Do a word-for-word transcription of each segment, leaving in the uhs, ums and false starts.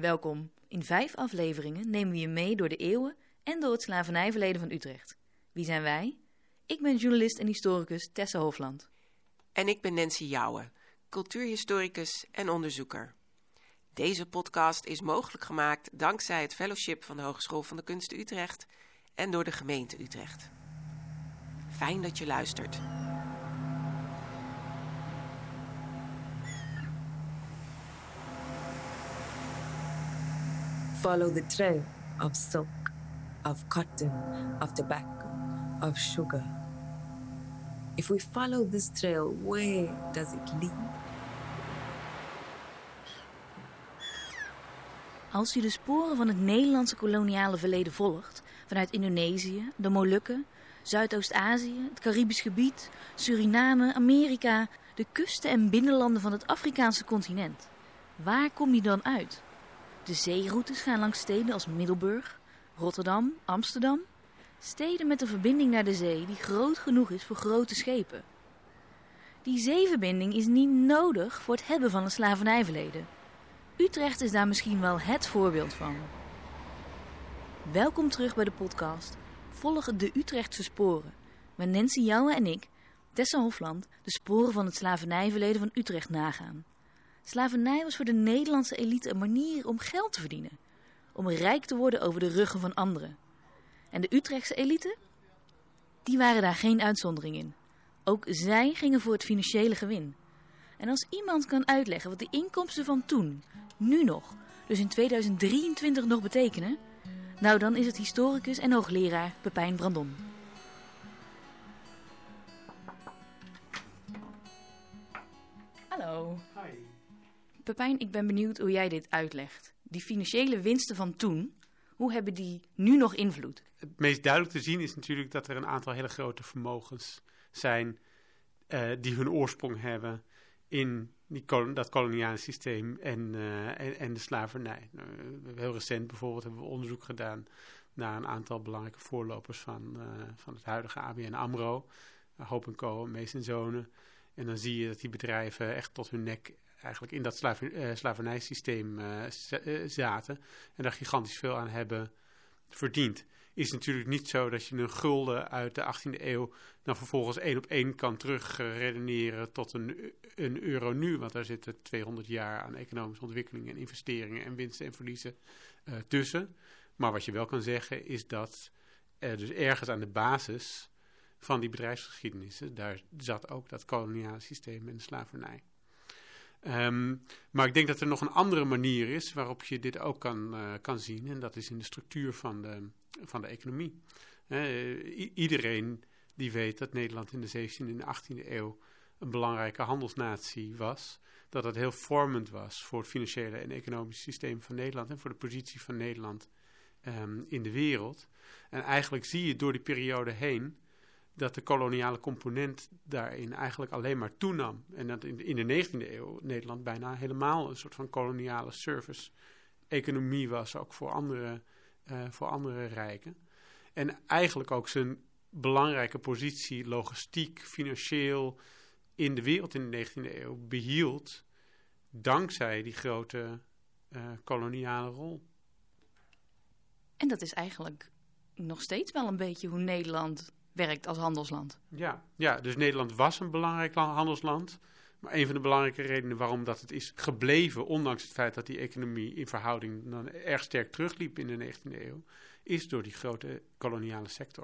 Welkom. In vijf afleveringen nemen we je mee door de eeuwen en door het slavernijverleden van Utrecht. Wie zijn wij? Ik ben journalist en historicus Tessa Hofland. En ik ben Nancy Jouwe, cultuurhistoricus en onderzoeker. Deze podcast is mogelijk gemaakt dankzij het fellowship van de Hogeschool van de Kunsten Utrecht en door de gemeente Utrecht. Fijn dat je luistert. Follow the trail of silk, of cotton, of tobacco, of sugar. If we follow this trail, where does it lead? Als je de sporen van het Nederlandse koloniale verleden volgt, vanuit Indonesië, de Molukken, Zuidoost-Azië, het Caribisch gebied, Suriname, Amerika, de kusten en binnenlanden van het Afrikaanse continent, waar kom je dan uit? De zeeroutes gaan langs steden als Middelburg, Rotterdam, Amsterdam. Steden met een verbinding naar de zee die groot genoeg is voor grote schepen. Die zeeverbinding is niet nodig voor het hebben van een slavernijverleden. Utrecht is daar misschien wel het voorbeeld van. Welkom terug bij de podcast Volg de Utrechtse sporen. Met Nancy Jouwe en ik, Tessa Hofland, de sporen van het slavernijverleden van Utrecht nagaan. Slavernij was voor de Nederlandse elite een manier om geld te verdienen. Om rijk te worden over de ruggen van anderen. En de Utrechtse elite? Die waren daar geen uitzondering in. Ook zij gingen voor het financiële gewin. En als iemand kan uitleggen wat de inkomsten van toen, nu nog, dus in tweeduizend drieëntwintig nog betekenen, nou dan is het historicus en hoogleraar Pepijn Brandon. Hallo. Hi. Pepijn, ik ben benieuwd hoe jij dit uitlegt. Die financiële winsten van toen, hoe hebben die nu nog invloed? Het meest duidelijk te zien is natuurlijk dat er een aantal hele grote vermogens zijn uh, die hun oorsprong hebben in die kol- dat koloniale systeem en, uh, en, en de slavernij. Uh, heel recent bijvoorbeeld hebben we onderzoek gedaan naar een aantal belangrijke voorlopers van, uh, van het huidige A B N AMRO, uh, Hoop en Co, Mees en Zonen. En dan zie je dat die bedrijven echt tot hun nek eigenlijk in dat slaver, uh, slavernijsysteem uh, z- uh, zaten en daar gigantisch veel aan hebben verdiend. Is natuurlijk niet zo dat je een gulden uit de achttiende eeuw dan vervolgens één op één kan terugredeneren tot een, een euro nu. Want daar zitten tweehonderd jaar aan economische ontwikkeling en investeringen en winsten en verliezen uh, tussen. Maar wat je wel kan zeggen is dat er dus ergens aan de basis van die bedrijfsgeschiedenissen, daar zat ook dat koloniale systeem en de slavernij. Um, maar ik denk dat er nog een andere manier is waarop je dit ook kan, uh, kan zien. En dat is in de structuur van de, van de economie. Uh, i- iedereen die weet dat Nederland in de zeventiende en de achttiende eeuw een belangrijke handelsnatie was. Dat het heel vormend was voor het financiële en economische systeem van Nederland en voor de positie van Nederland um, in de wereld. En eigenlijk zie je door die periode heen dat de koloniale component daarin eigenlijk alleen maar toenam. En dat in de, in de negentiende eeuw Nederland bijna helemaal een soort van koloniale service-economie was, ook voor andere, uh, voor andere rijken. En eigenlijk ook zijn belangrijke positie, logistiek, financieel, in de wereld in de negentiende eeuw behield, dankzij die grote uh, koloniale rol. En dat is eigenlijk nog steeds wel een beetje hoe Nederland werkt als handelsland. Ja, ja, dus Nederland was een belangrijk handelsland. Maar een van de belangrijke redenen waarom dat het is gebleven, ondanks het feit dat die economie in verhouding dan erg sterk terugliep in de negentiende eeuw, is door die grote koloniale sector.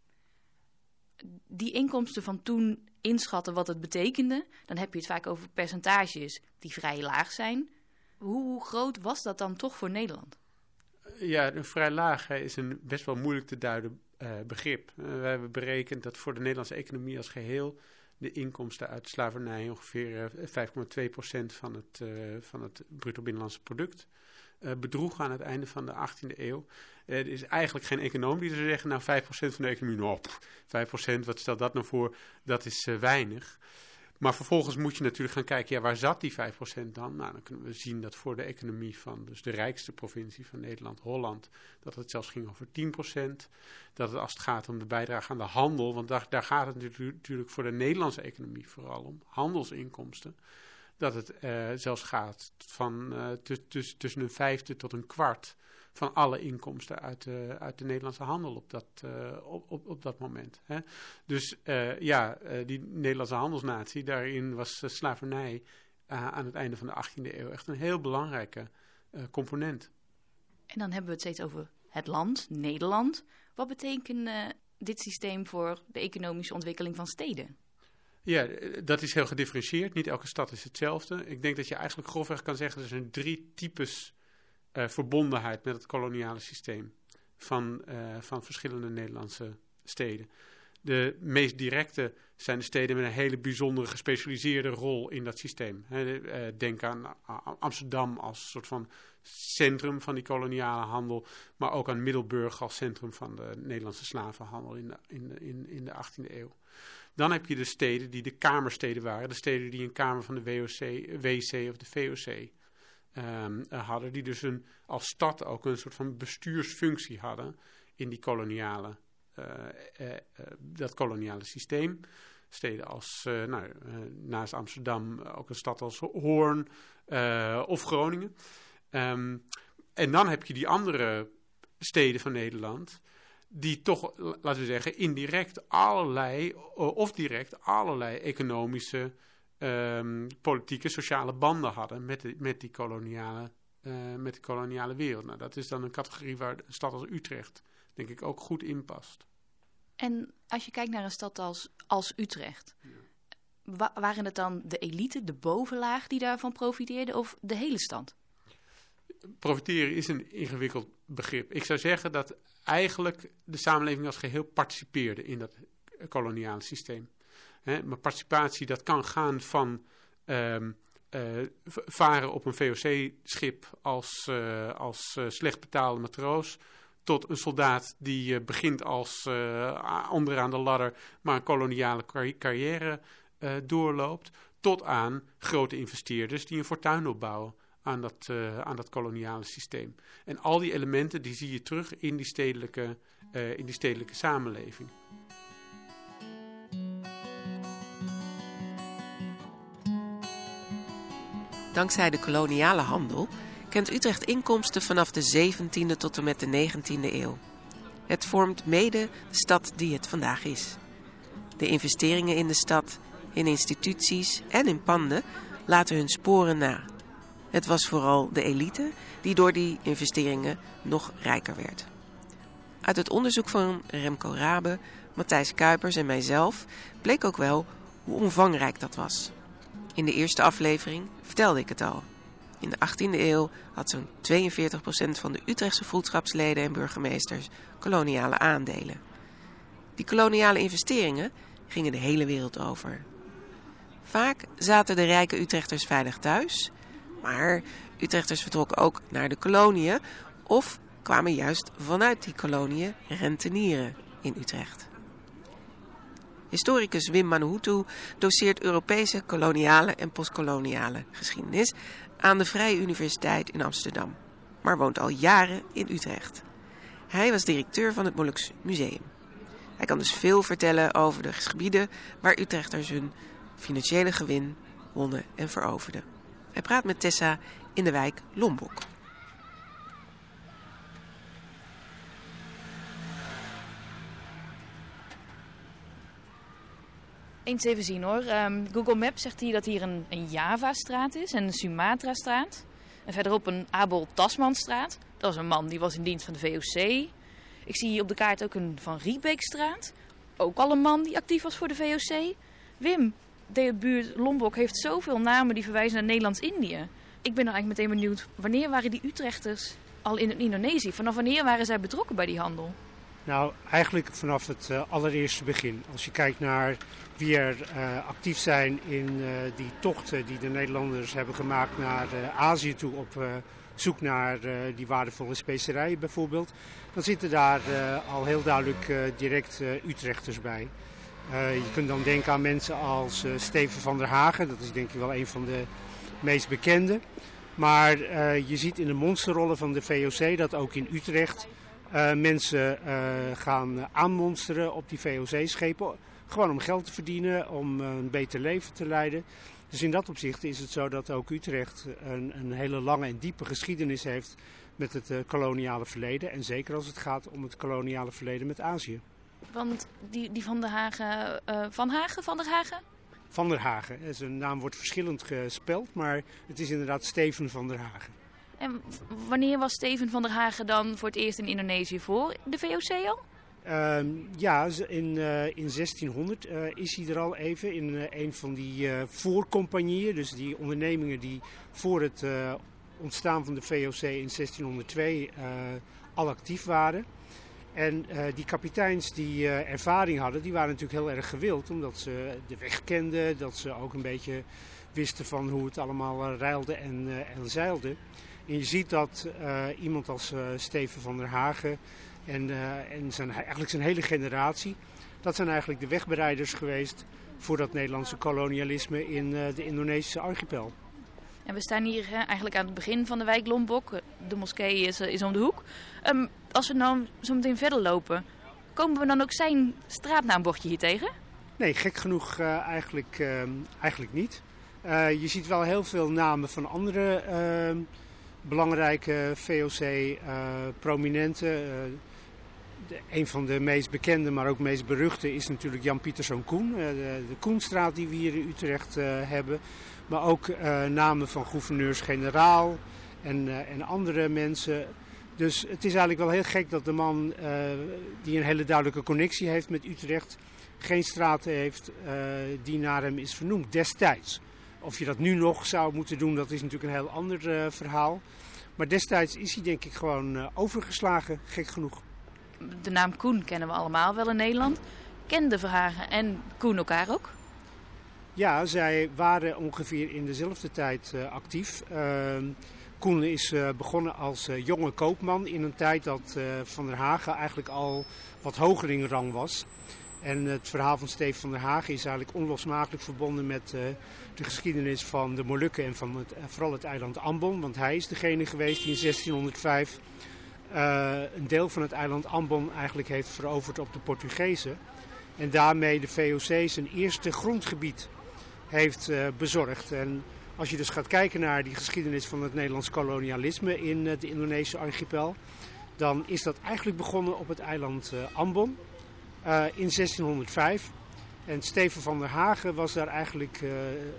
Die inkomsten van toen inschatten wat het betekende, dan heb je het vaak over percentages die vrij laag zijn. Hoe groot was dat dan toch voor Nederland? Ja, een vrij laag hè, is een best wel moeilijk te duiden uh, begrip. Uh, we hebben berekend dat voor de Nederlandse economie als geheel de inkomsten uit slavernij ongeveer uh, vijf komma twee procent van het, uh, van het bruto binnenlandse product uh, bedroeg aan het einde van de achttiende eeuw. Uh, er is eigenlijk geen econoom die zou zeggen, nou vijf procent van de economie, nou pff, vijf procent, wat stelt dat nou voor? Dat is uh, weinig. Maar vervolgens moet je natuurlijk gaan kijken, ja, waar zat die vijf procent dan? Nou, dan kunnen we zien dat voor de economie van dus de rijkste provincie van Nederland, Holland, dat het zelfs ging over tien procent. Dat het als het gaat om de bijdrage aan de handel, want daar, daar gaat het natuurlijk voor de Nederlandse economie vooral om, handelsinkomsten. dat het uh, zelfs gaat van uh, t- t- tussen een vijfde tot een kwart van alle inkomsten uit de, uit de Nederlandse handel op dat, uh, op, op, op dat moment. Hè. Dus uh, ja, uh, die Nederlandse handelsnatie, daarin was uh, slavernij uh, aan het einde van de achttiende eeuw echt een heel belangrijke uh, component. En dan hebben we het steeds over het land, Nederland. Wat betekent uh, dit systeem voor de economische ontwikkeling van steden? Ja, dat is heel gedifferentieerd. Niet elke stad is hetzelfde. Ik denk dat je eigenlijk grofweg kan zeggen, er zijn drie types uh, verbondenheid met het koloniale systeem van, uh, van verschillende Nederlandse steden. De meest directe zijn de steden met een hele bijzondere gespecialiseerde rol in dat systeem. He, uh, denk aan Amsterdam als soort van centrum van die koloniale handel, maar ook aan Middelburg als centrum van de Nederlandse slavenhandel in de, in de, in, in de achttiende eeuw. Dan heb je de steden die de kamersteden waren, de steden die een kamer van de W O C, W C of de V O C um, hadden, die dus een, als stad ook een soort van bestuursfunctie hadden in die koloniale Uh, uh, uh, dat koloniale systeem. Steden als, uh, nou, uh, naast Amsterdam, ook een stad als Hoorn uh, of Groningen. Um, en dan heb je die andere steden van Nederland, die toch, laten we zeggen, indirect allerlei, uh, of direct allerlei economische, um, politieke, sociale banden hadden met, de, met, die koloniale, uh, met de koloniale wereld. Nou, dat is dan een categorie waar een stad als Utrecht denk ik ook goed in past. En als je kijkt naar een stad als, als Utrecht, ja. wa- waren het dan de elite, de bovenlaag die daarvan profiteerde of de hele stad? Profiteren is een ingewikkeld begrip. Ik zou zeggen dat eigenlijk de samenleving als geheel participeerde in dat koloniale systeem. He, maar participatie, dat kan gaan van um, uh, varen op een V O C-schip als, uh, als uh, slecht betaalde matroos, tot een soldaat die uh, begint als uh, onderaan de ladder, maar een koloniale car- carrière uh, doorloopt, tot aan grote investeerders die een fortuin opbouwen aan dat, uh, aan dat koloniale systeem. En al die elementen die zie je terug in die stedelijke, uh, in die stedelijke samenleving. Dankzij de koloniale handel kent Utrecht inkomsten vanaf de zeventiende tot en met de negentiende eeuw. Het vormt mede de stad die het vandaag is. De investeringen in de stad, in instituties en in panden laten hun sporen na. Het was vooral de elite die door die investeringen nog rijker werd. Uit het onderzoek van Remco Rabe, Matthijs Kuipers en mijzelf bleek ook wel hoe omvangrijk dat was. In de eerste aflevering vertelde ik het al. In de achttiende eeuw had zo'n tweeënveertig procent van de Utrechtse vroedschapsleden en burgemeesters koloniale aandelen. Die koloniale investeringen gingen de hele wereld over. Vaak zaten de rijke Utrechters veilig thuis, maar Utrechters vertrokken ook naar de koloniën of kwamen juist vanuit die koloniën rentenieren in Utrecht. Historicus Wim Manhutu doceert Europese koloniale en postkoloniale geschiedenis aan de Vrije Universiteit in Amsterdam, maar woont al jaren in Utrecht. Hij was directeur van het Moluks Museum. Hij kan dus veel vertellen over de gebieden waar Utrechters hun financiële gewin wonnen en veroverden. Hij praat met Tessa in de wijk Lombok. Eens even zien hoor. Um, Google Maps zegt hier dat hier een, een Java-straat is en een Sumatra-straat. En verderop een Abel Tasmanstraat. Dat was een man die was in dienst van de V O C. Ik zie hier op de kaart ook een Van Riebeekstraat. Ook al een man die actief was voor de V O C. Wim, de buurt Lombok heeft zoveel namen die verwijzen naar Nederlands-Indië. Ik ben dan eigenlijk meteen benieuwd, wanneer waren die Utrechters al in Indonesië? Vanaf wanneer waren zij betrokken bij die handel? Nou, eigenlijk vanaf het uh, allereerste begin. Als je kijkt naar wie er uh, actief zijn in uh, die tochten die de Nederlanders hebben gemaakt naar uh, Azië toe op uh, zoek naar uh, die waardevolle specerijen bijvoorbeeld, dan zitten daar uh, al heel duidelijk uh, direct uh, Utrechters bij. Uh, je kunt dan denken aan mensen als uh, Steven van der Hagen, dat is denk ik wel een van de meest bekende. Maar uh, je ziet in de monsterrollen van de V O C dat ook in Utrecht Uh, mensen uh, gaan aanmonsteren op die V O C-schepen. Gewoon om geld te verdienen, om uh, een beter leven te leiden. Dus in dat opzicht is het zo dat ook Utrecht een, een hele lange en diepe geschiedenis heeft met het uh, koloniale verleden. En zeker als het gaat om het koloniale verleden met Azië. Want die, die Van der Hagen, uh, Van Hagen, Van der Hagen? Van der Hagen. Zijn naam wordt verschillend gespeld, maar het is inderdaad Steven van der Hagen. En wanneer was Steven van der Hagen dan voor het eerst in Indonesië voor de V O C al? Uh, ja, in, uh, in zestienhonderd uh, is hij er al even in uh, een van die uh, voorcompagnieën. Dus die ondernemingen die voor het uh, ontstaan van de V O C in zestienhonderdtwee uh, al actief waren. En uh, die kapiteins die uh, ervaring hadden, die waren natuurlijk heel erg gewild. Omdat ze de weg kenden, dat ze ook een beetje wisten van hoe het allemaal uh, reilde en, uh, en zeilde. En je ziet dat uh, iemand als uh, Steven van der Hagen en, uh, en zijn, eigenlijk zijn hele generatie, dat zijn eigenlijk de wegbereiders geweest voor dat Nederlandse kolonialisme in uh, de Indonesische archipel. En we staan hier hè, eigenlijk aan het begin van de wijk Lombok. De moskee is, is om de hoek. Um, als we nou zo meteen verder lopen, komen we dan ook zijn straatnaambordje hier tegen? Nee, gek genoeg uh, eigenlijk, uh, eigenlijk niet. Uh, je ziet wel heel veel namen van andere uh, belangrijke V O C-prominenten. Uh, uh, een van de meest bekende, maar ook meest beruchte is natuurlijk Jan Pieterszoon Koen. Uh, de, de Koenstraat die we hier in Utrecht uh, hebben. Maar ook uh, namen van gouverneurs-generaal en, uh, en andere mensen. Dus het is eigenlijk wel heel gek dat de man uh, die een hele duidelijke connectie heeft met Utrecht geen straat heeft uh, die naar hem is vernoemd destijds. Of je dat nu nog zou moeten doen, dat is natuurlijk een heel ander uh, verhaal. Maar destijds is hij denk ik gewoon uh, overgeslagen, gek genoeg. De naam Koen kennen we allemaal wel in Nederland. Kenden Verhagen en Koen elkaar ook? Ja, zij waren ongeveer in dezelfde tijd uh, actief. Uh, Koen is uh, begonnen als uh, jonge koopman in een tijd dat uh, Van der Hagen eigenlijk al wat hoger in rang was. En het verhaal van Steven van der Hagen is eigenlijk onlosmakelijk verbonden met uh, de geschiedenis van de Molukken en van het, uh, vooral het eiland Ambon. Want hij is degene geweest die in zestienhonderdvijf uh, een deel van het eiland Ambon eigenlijk heeft veroverd op de Portugezen. En daarmee de V O C zijn eerste grondgebied heeft uh, bezorgd. En als je dus gaat kijken naar die geschiedenis van het Nederlands kolonialisme in uh, de Indonesische archipel, dan is dat eigenlijk begonnen op het eiland uh, Ambon uh, in zestienhonderdvijf. En Steven van der Hagen was daar eigenlijk uh,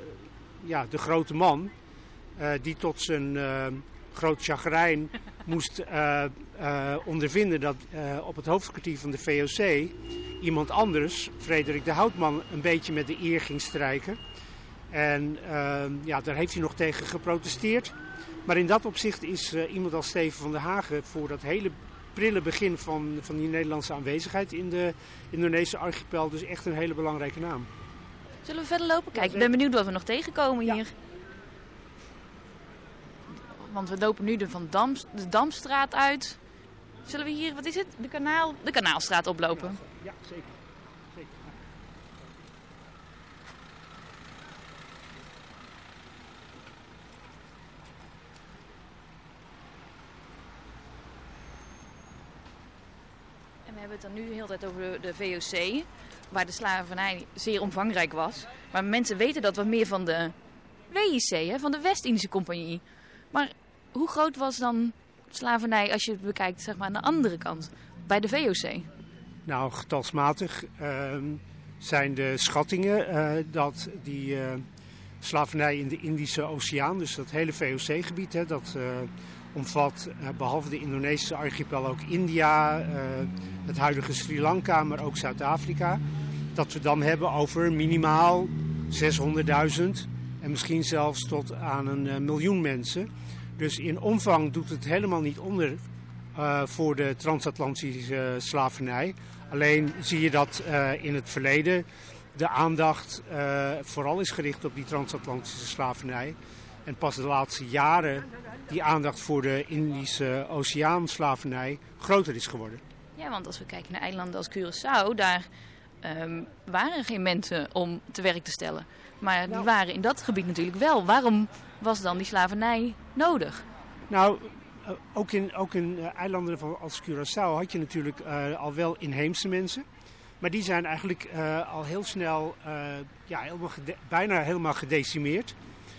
ja, de grote man uh, die tot zijn uh, groot chagrijn moest uh, uh, ondervinden dat uh, op het hoofdkwartier van de V O C iemand anders, Frederik de Houtman, een beetje met de eer ging strijken. En uh, ja, daar heeft hij nog tegen geprotesteerd. Maar in dat opzicht is uh, iemand als Steven van der Hagen voor dat hele prille begin van, van die Nederlandse aanwezigheid in de Indonesische archipel dus echt een hele belangrijke naam. Zullen we verder lopen? Kijk, ik ben benieuwd wat we nog tegenkomen hier. Ja. Want we lopen nu de Van Dam, de Damstraat uit. Zullen we hier, wat is het? De, kanaal, de Kanaalstraat oplopen? Ja, zeker. zeker. En we hebben het dan nu de hele tijd over de, de V O C, waar de slavernij zeer omvangrijk was. Maar mensen weten dat wat meer van de W I C, hè, van de West-Indische Compagnie. Maar hoe groot was dan slavernij als je het bekijkt, zeg maar, aan de andere kant, bij de V O C? Nou, getalsmatig uh, zijn de schattingen uh, dat die uh, slavernij in de Indische Oceaan, dus dat hele V O C-gebied, hè, dat uh, omvat uh, behalve de Indonesische archipel ook India, uh, het huidige Sri Lanka, maar ook Zuid-Afrika. Dat we dan hebben over minimaal zeshonderdduizend en misschien zelfs tot aan een uh, miljoen mensen. Dus in omvang doet het helemaal niet onder uh, voor de transatlantische uh, slavernij. Alleen zie je dat uh, in het verleden de aandacht uh, vooral is gericht op die transatlantische slavernij. En pas de laatste jaren die aandacht voor de Indische Oceaanslavernij groter is geworden. Ja, want als we kijken naar eilanden als Curaçao, daar um, waren geen mensen om te werk te stellen. Maar die waren in dat gebied natuurlijk wel. Waarom was dan die slavernij nodig? Nou, uh, ook in, ook in uh, eilanden van, als Curaçao had je natuurlijk uh, al wel inheemse mensen. Maar die zijn eigenlijk uh, al heel snel, uh, ja, helemaal gede- bijna helemaal gedecimeerd.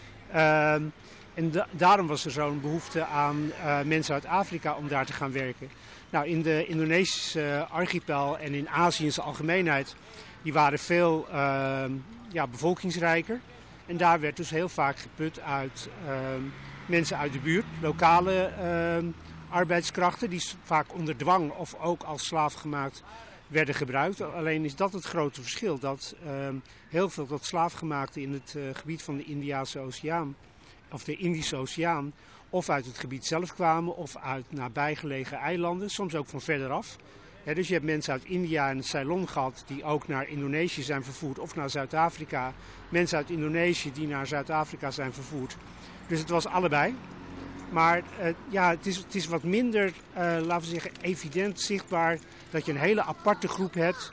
Uh, en da- daarom was er zo'n behoefte aan uh, mensen uit Afrika om daar te gaan werken. Nou, in de Indonesische archipel en in Azië in zijn algemeenheid, die waren veel uh, ja, bevolkingsrijker. En daar werd dus heel vaak geput uit uh, mensen uit de buurt, lokale uh, arbeidskrachten, die vaak onder dwang of ook als slaaf gemaakt werden gebruikt. Alleen is dat het grote verschil, dat uh, heel veel tot slaafgemaakten in het uh, gebied van de Indiase Oceaan, of de Indische Oceaan, of uit het gebied zelf kwamen, of uit nabijgelegen eilanden, soms ook van verderaf. Ja, dus je hebt mensen uit India en Ceylon gehad die ook naar Indonesië zijn vervoerd, of naar Zuid-Afrika. Mensen uit Indonesië die naar Zuid-Afrika zijn vervoerd. Dus het was allebei. Maar uh, ja, het is, het is wat minder, uh, laten we zeggen, evident zichtbaar dat je een hele aparte groep hebt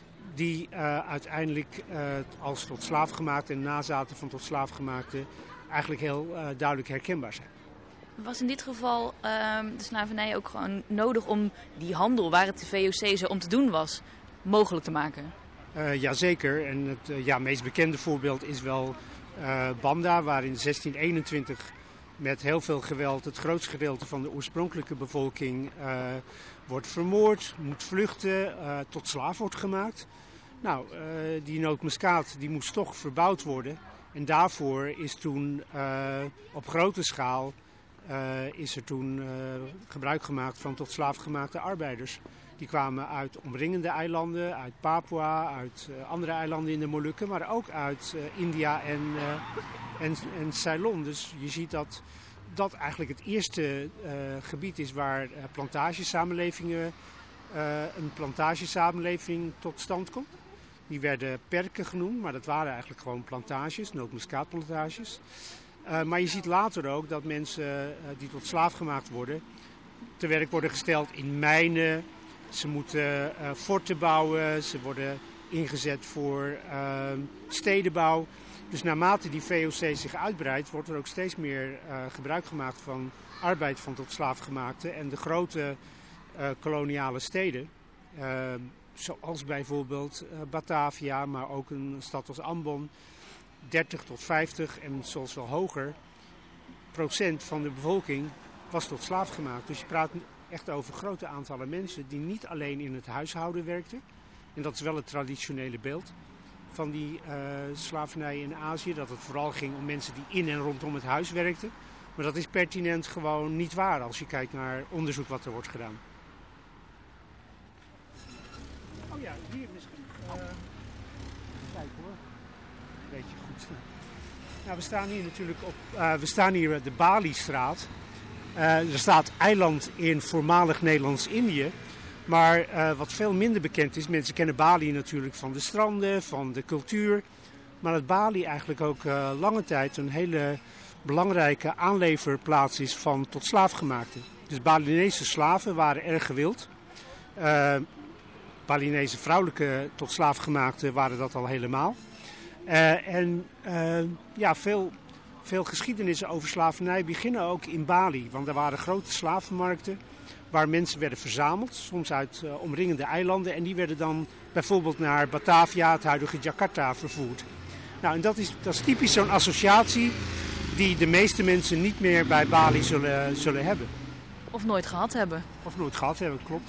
die uh, uiteindelijk uh, als tot slaafgemaakte en nazaten van tot slaafgemaakte eigenlijk heel uh, duidelijk herkenbaar zijn. Was in dit geval uh, de slavernij ook gewoon nodig om die handel, waar het de V O C zo om te doen was, mogelijk te maken? Uh, Jazeker. En het uh, ja, meest bekende voorbeeld is wel uh, Banda, waar in zestien eenentwintig met heel veel geweld het grootste gedeelte van de oorspronkelijke bevolking uh, wordt vermoord, moet vluchten, uh, tot slaaf wordt gemaakt. Nou, uh, die nootmuskaat die moest toch verbouwd worden. En daarvoor is toen uh, op grote schaal uh, is er toen uh, gebruik gemaakt van tot slaafgemaakte arbeiders. Die kwamen uit omringende eilanden, uit Papua, uit uh, andere eilanden in de Molukken, maar ook uit uh, India en, uh, en, en Ceylon. Dus je ziet dat dat eigenlijk het eerste uh, gebied is waar uh, plantagesamenlevingen, uh, een plantagesamenleving tot stand komt. Die werden perken genoemd, maar dat waren eigenlijk gewoon plantages, nootmuskaatplantages. Uh, maar je ziet later ook dat mensen uh, die tot slaaf gemaakt worden, te werk worden gesteld in mijnen. Ze moeten uh, forten bouwen, ze worden ingezet voor uh, stedenbouw. Dus naarmate die V O C zich uitbreidt, wordt er ook steeds meer uh, gebruik gemaakt van arbeid van tot slaafgemaakte. En de grote uh, koloniale steden, uh, zoals bijvoorbeeld uh, Batavia, maar ook een stad als Ambon, dertig tot vijftig en soms wel hoger procent van de bevolking was tot slaaf gemaakt. Dus je praat echt over grote aantallen mensen die niet alleen in het huishouden werkten. En dat is wel het traditionele beeld van die uh, slavernij in Azië. Dat het vooral ging om mensen die in en rondom het huis werkten. Maar dat is pertinent gewoon niet waar als je kijkt naar onderzoek wat er wordt gedaan. Oh ja, hier misschien. Uh, kijk hoor. Een beetje goed. Nou, we staan hier natuurlijk op uh, we staan hier op de Bali-straat. Uh, er staat eiland in voormalig Nederlands-Indië. Maar uh, wat veel minder bekend is, mensen kennen Bali natuurlijk van de stranden, van de cultuur. Maar dat Bali eigenlijk ook uh, lange tijd een hele belangrijke aanleverplaats is van tot slaafgemaakten. Dus Balinese slaven waren erg gewild. Uh, Balinese vrouwelijke tot slaafgemaakten waren dat al helemaal. Uh, en uh, ja, veel... Veel geschiedenissen over slavernij beginnen ook in Bali. Want er waren grote slavenmarkten waar mensen werden verzameld. Soms uit uh, omringende eilanden. En die werden dan bijvoorbeeld naar Batavia, het huidige Jakarta, vervoerd. Nou, en dat is, dat is typisch zo'n associatie die de meeste mensen niet meer bij Bali zullen, zullen hebben. Of nooit gehad hebben. Of nooit gehad hebben, klopt.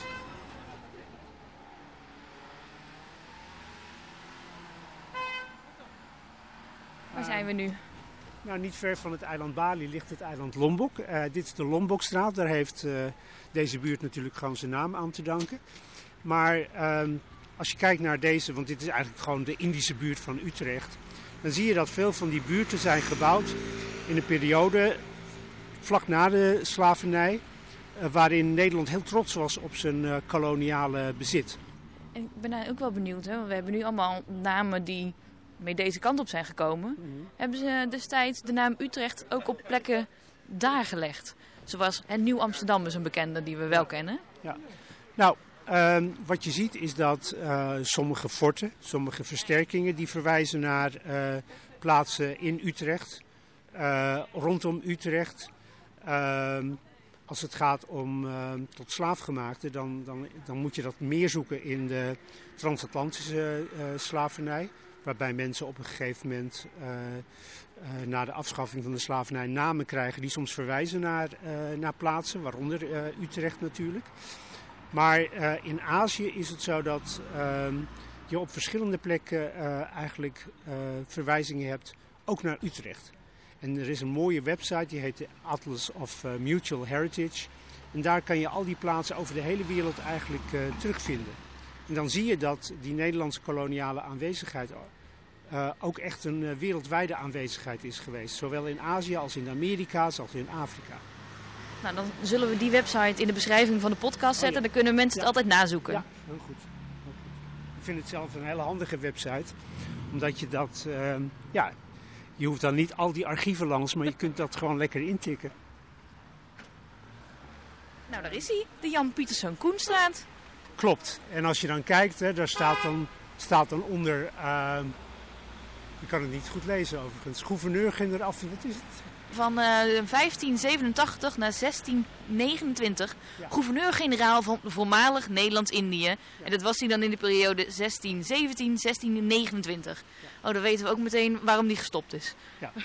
Waar zijn we nu? Nou, niet ver van het eiland Bali ligt het eiland Lombok. Uh, dit is de Lombokstraat. Daar heeft uh, deze buurt natuurlijk gewoon zijn naam aan te danken. Maar uh, als je kijkt naar deze, want dit is eigenlijk gewoon de Indische buurt van Utrecht, dan zie je dat veel van die buurten zijn gebouwd in een periode vlak na de slavernij, uh, waarin Nederland heel trots was op zijn uh, koloniale bezit. En ik ben daar ook wel benieuwd, hè? Want we hebben nu allemaal namen die mee deze kant op zijn gekomen. Mm-hmm. Hebben ze destijds de naam Utrecht ook op plekken daar gelegd? Zoals het Nieuw Amsterdam is een bekende die we wel kennen. Ja. Nou, uh, wat je ziet is dat uh, sommige forten, sommige versterkingen die verwijzen naar uh, plaatsen in Utrecht, uh, rondom Utrecht. Uh, als het gaat om uh, tot slaafgemaakten, dan, dan, dan moet je dat meer zoeken in de transatlantische uh, slavernij. Waarbij mensen op een gegeven moment uh, uh, na de afschaffing van de slavernij namen krijgen die soms verwijzen naar, uh, naar plaatsen, waaronder uh, Utrecht natuurlijk. Maar uh, in Azië is het zo dat uh, je op verschillende plekken uh, eigenlijk uh, verwijzingen hebt, ook naar Utrecht. En er is een mooie website, die heet de Atlas of uh, Mutual Heritage. En daar kan je al die plaatsen over de hele wereld eigenlijk uh, terugvinden. En dan zie je dat die Nederlandse koloniale aanwezigheid uh, ook echt een uh, wereldwijde aanwezigheid is geweest. Zowel in Azië als in Amerika als in Afrika. Nou, dan zullen we die website in de beschrijving van de podcast zetten. Oh, ja. Dan kunnen mensen ja. het altijd nazoeken. Ja, heel goed. heel goed. Ik vind het zelf een hele handige website. Omdat je dat... Uh, ja, je hoeft dan niet al die archieven langs, maar je kunt dat gewoon lekker intikken. Nou, daar is hij. De Jan Pieterszoon Koenstraat. Klopt. En als je dan kijkt, hè, daar staat dan, staat dan onder... Uh, ik kan het niet goed lezen overigens. Gouverneur-generaal, wat is het? Van uh, vijftien zevenentachtig naar zestien negenentwintig. Ja. Gouverneur-generaal van voormalig Nederlands-Indië. Ja. En dat was hij dan in de periode zestien zeventien, zestien negenentwintig. Ja. Oh, dan weten we ook meteen waarom die gestopt is.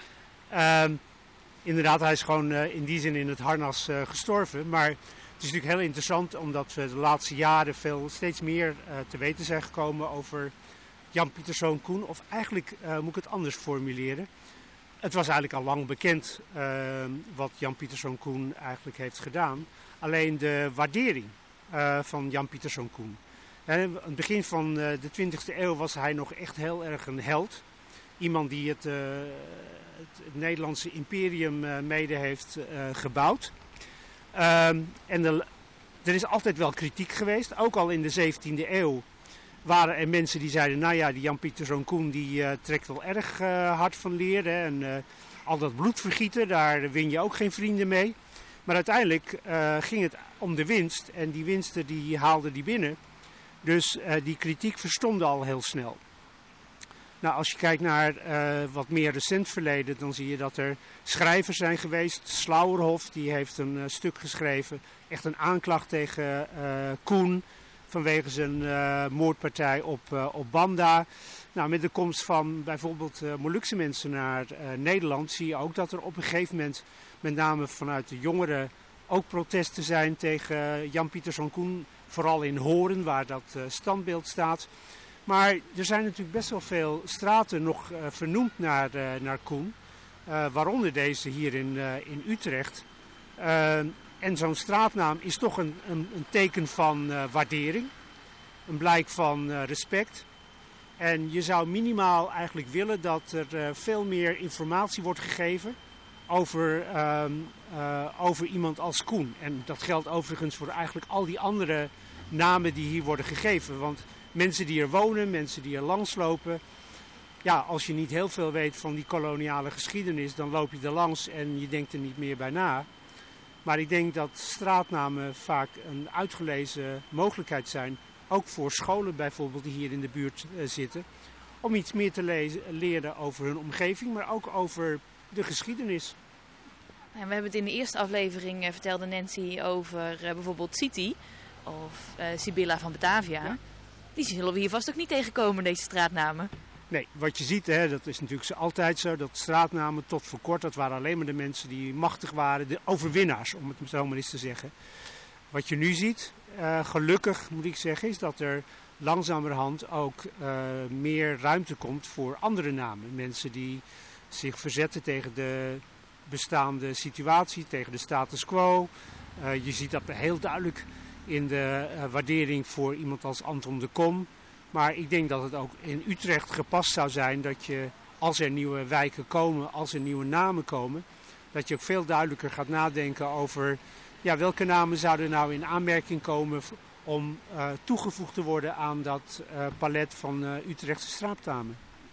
Ja. Uh, inderdaad, hij is gewoon uh, in die zin in het harnas uh, gestorven. Maar het is natuurlijk heel interessant omdat we de laatste jaren veel, steeds meer uh, te weten zijn gekomen over Jan Pieterszoon Koen. Of eigenlijk uh, moet ik het anders formuleren. Het was eigenlijk al lang bekend uh, wat Jan Pieterszoon Koen eigenlijk heeft gedaan. Alleen de waardering uh, van Jan Pieterszoon Koen. En aan het begin van uh, de twintigste eeuw was hij nog echt heel erg een held. Iemand die het, uh, het, het Nederlandse imperium uh, mede heeft uh, gebouwd. Uh, en de, er is altijd wel kritiek geweest, ook al in de zeventiende eeuw. Waren er mensen die zeiden, nou ja, die Jan Pieterszoon Koen die uh, trekt wel erg uh, hard van leer. Hè? En uh, al dat bloedvergieten, daar win je ook geen vrienden mee. Maar uiteindelijk uh, ging het om de winst en die winsten die haalden die binnen. Dus uh, die kritiek verstomde al heel snel. Nou, als je kijkt naar uh, wat meer recent verleden, dan zie je dat er schrijvers zijn geweest. Slauerhoff, die heeft een uh, stuk geschreven, echt een aanklacht tegen uh, Koen. Vanwege zijn uh, moordpartij op, uh, op Banda. Nou, met de komst van bijvoorbeeld uh, Molukse mensen naar uh, Nederland zie je ook dat er op een gegeven moment, met name vanuit de jongeren, ook protesten zijn tegen uh, Jan Pieterszoon Koen. Vooral in Hoorn, waar dat uh, standbeeld staat. Maar er zijn natuurlijk best wel veel straten nog uh, vernoemd naar, uh, naar Koen. Uh, waaronder deze hier in, uh, in Utrecht. Uh, En zo'n straatnaam is toch een, een, een teken van uh, waardering, een blijk van uh, respect. En je zou minimaal eigenlijk willen dat er uh, veel meer informatie wordt gegeven over, uh, uh, over iemand als Koen. En dat geldt overigens voor eigenlijk al die andere namen die hier worden gegeven. Want mensen die er wonen, mensen die er langslopen, ja, als je niet heel veel weet van die koloniale geschiedenis, dan loop je er langs en je denkt er niet meer bij na. Maar ik denk dat straatnamen vaak een uitgelezen mogelijkheid zijn. Ook voor scholen bijvoorbeeld die hier in de buurt uh, zitten. Om iets meer te lezen, leren over hun omgeving, maar ook over de geschiedenis. En we hebben het in de eerste aflevering, uh, vertelde Nancy over uh, bijvoorbeeld City of uh, Sibylla van Batavia. Ja. Die zullen we hier vast ook niet tegenkomen, deze straatnamen. Nee, wat je ziet, hè, dat is natuurlijk altijd zo, dat straatnamen tot voor kort, dat waren alleen maar de mensen die machtig waren, de overwinnaars, om het zo maar eens te zeggen. Wat je nu ziet, uh, gelukkig moet ik zeggen, is dat er langzamerhand ook uh, meer ruimte komt voor andere namen. Mensen die zich verzetten tegen de bestaande situatie, tegen de status quo. Uh, je ziet dat heel duidelijk in de uh, waardering voor iemand als Anton de Kom. Maar ik denk dat het ook in Utrecht gepast zou zijn dat je, als er nieuwe wijken komen, als er nieuwe namen komen, dat je ook veel duidelijker gaat nadenken over, ja, welke namen zouden nou in aanmerking komen om uh, toegevoegd te worden aan dat uh, palet van uh, Utrechtse straatnamen.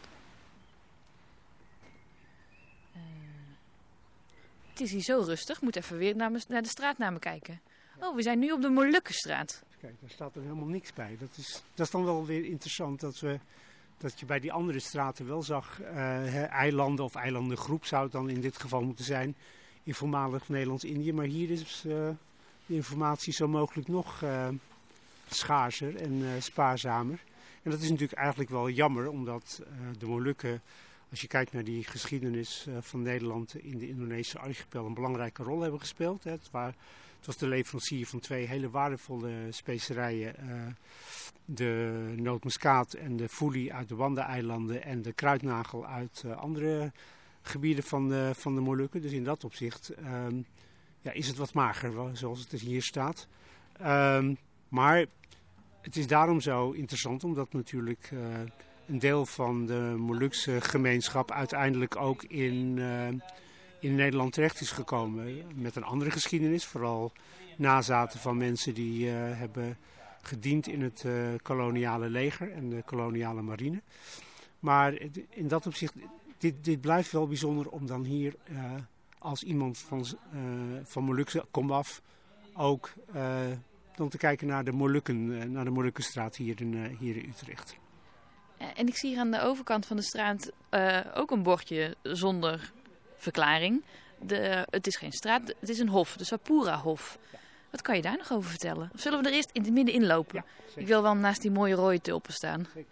Uh, het is hier zo rustig, ik moet even weer naar, naar de straatnamen kijken. Oh, we zijn nu op de Molukkenstraat. Kijk, daar staat er helemaal niks bij. Dat is, dat is dan wel weer interessant dat, we, dat je bij die andere straten wel zag, uh, eilanden of eilandengroep zou het dan in dit geval moeten zijn, in voormalig Nederlands-Indië. Maar hier is uh, de informatie zo mogelijk nog uh, schaarser en uh, spaarzamer. En dat is natuurlijk eigenlijk wel jammer, omdat uh, de Molukken, als je kijkt naar die geschiedenis uh, van Nederland in de Indonesische archipel, een belangrijke rol hebben gespeeld. Hè. Het, waar, het was de leverancier van twee hele waardevolle specerijen. Uh, de nootmuskaat en de foelie uit de Wanda-eilanden en de kruidnagel uit uh, andere gebieden van de, van de Molukken. Dus in dat opzicht um, ja, is het wat mager, zoals het hier staat. Um, maar het is daarom zo interessant, omdat natuurlijk uh, een deel van de Molukse gemeenschap uiteindelijk ook in, uh, in Nederland terecht is gekomen. Met een andere geschiedenis, vooral nazaten van mensen die uh, hebben gediend in het uh, koloniale leger en de koloniale marine. Maar in dat opzicht, dit, dit blijft wel bijzonder om dan hier uh, als iemand van, uh, van Molukse komaf ook uh, dan te kijken naar de Molukken, uh, naar de Molukkenstraat hier in, uh, hier in Utrecht. En ik zie hier aan de overkant van de straat uh, ook een bordje zonder verklaring. De, het is geen straat, het is een hof, de Sapura-hof. Wat kan je daar nog over vertellen? Of zullen we er eerst in het midden inlopen? Ja, ik wil wel naast die mooie rode tulpen staan. Zeker.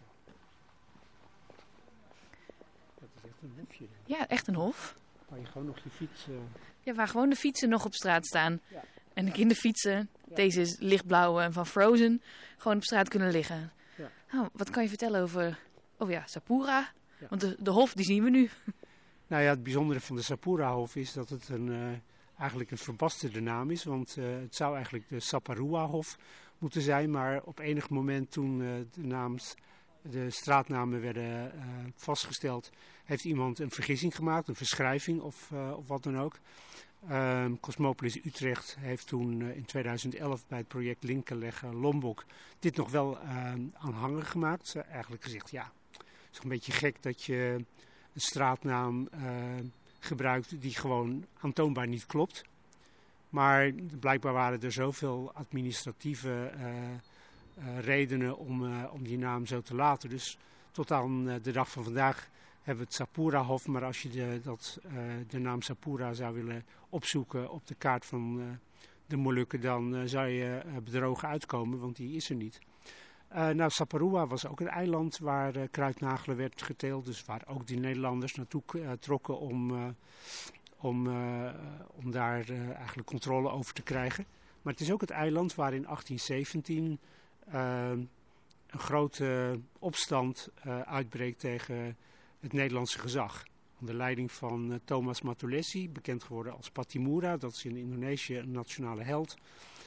Dat is echt een hofje. Ja, echt een hof. Waar je gewoon nog je fiets... Uh... Ja, waar gewoon de fietsen nog op straat staan. Ja. En de kinderfietsen, ja. Deze is lichtblauw en van Frozen, gewoon op straat kunnen liggen. Ja. Nou, wat kan je vertellen over, oh ja, Sapura? Ja. Want de, de hof, die zien we nu. Nou ja, het bijzondere van de Sapura-hof is dat het een... Uh... eigenlijk een verbasterde naam is, want uh, het zou eigenlijk de Saparua-hof moeten zijn, maar op enig moment toen uh, de, naams, de straatnamen werden uh, vastgesteld, heeft iemand een vergissing gemaakt, een verschrijving of, uh, of wat dan ook. Uh, Cosmopolis Utrecht heeft toen uh, in tweeduizend elf bij het project Linkenleggen Lombok dit nog wel uh, aanhangig gemaakt. Ze eigenlijk gezegd, ja, het is toch een beetje gek dat je een straatnaam... Uh, gebruikt die gewoon aantoonbaar niet klopt. Maar blijkbaar waren er zoveel administratieve uh, uh, redenen om, uh, om die naam zo te laten. Dus tot aan uh, de dag van vandaag hebben we het Sapura-hof. Maar als je de, dat, uh, de naam Sapura zou willen opzoeken op de kaart van uh, de Molukken, dan uh, zou je uh, bedrogen uitkomen, want die is er niet. Uh, nou, Saparua was ook een eiland waar uh, kruidnagelen werd geteeld. Dus waar ook die Nederlanders naartoe uh, trokken om, uh, om, uh, om daar uh, eigenlijk controle over te krijgen. Maar het is ook het eiland waar in achttien zeventien uh, een grote opstand uh, uitbreekt tegen het Nederlandse gezag. Onder leiding van uh, Thomas Matulesi, bekend geworden als Patimura. Dat is in Indonesië een nationale held.